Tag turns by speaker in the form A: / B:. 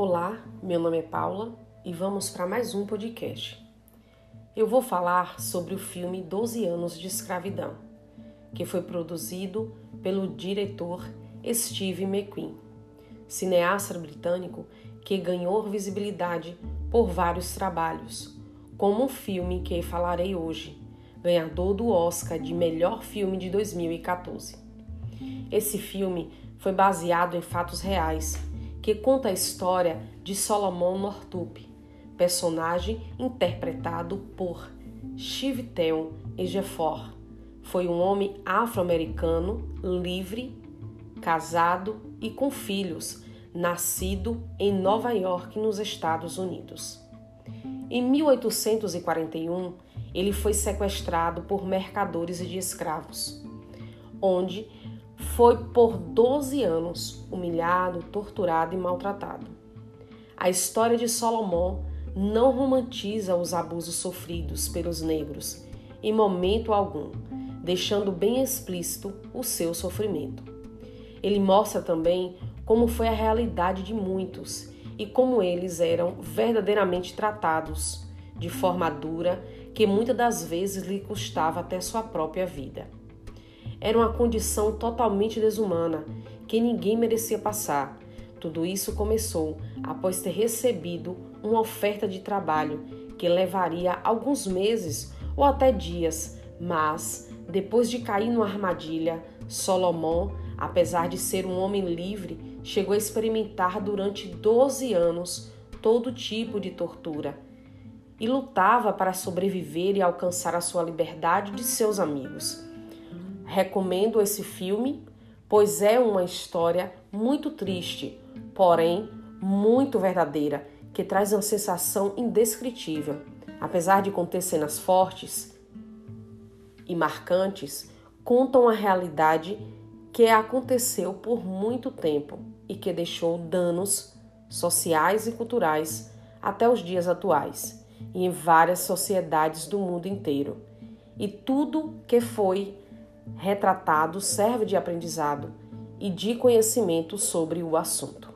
A: Olá, meu nome é Paula e vamos para mais um podcast. Eu vou falar sobre o filme 12 anos de escravidão, que foi produzido pelo diretor Steve McQueen, cineasta britânico que ganhou visibilidade por vários trabalhos, como o filme que falarei hoje, ganhador do Oscar de melhor filme de 2014. Esse filme foi baseado em fatos reais, que conta a história de Solomon Northup, personagem interpretado por Chiwetel Ejiofor. Foi um homem afro-americano, livre, casado e com filhos, nascido em Nova York, nos Estados Unidos. Em 1841, ele foi sequestrado por mercadores de escravos, onde foi por 12 anos humilhado, torturado e maltratado. A história de Solomon não romantiza os abusos sofridos pelos negros em momento algum, deixando bem explícito o seu sofrimento. Ele mostra também como foi a realidade de muitos e como eles eram verdadeiramente tratados de forma dura, que muitas das vezes lhe custava até sua própria vida. Era uma condição totalmente desumana, que ninguém merecia passar. Tudo isso começou após ter recebido uma oferta de trabalho que levaria alguns meses ou até dias, mas, depois de cair numa armadilha, Solomon, apesar de ser um homem livre, chegou a experimentar durante 12 anos todo tipo de tortura e lutava para sobreviver e alcançar a sua liberdade de seus amigos. Recomendo esse filme, pois é uma história muito triste, porém muito verdadeira, que traz uma sensação indescritível. Apesar de conter cenas fortes e marcantes, contam a realidade que aconteceu por muito tempo e que deixou danos sociais e culturais até os dias atuais e em várias sociedades do mundo inteiro. E tudo que foi retratado serve de aprendizado e de conhecimento sobre o assunto.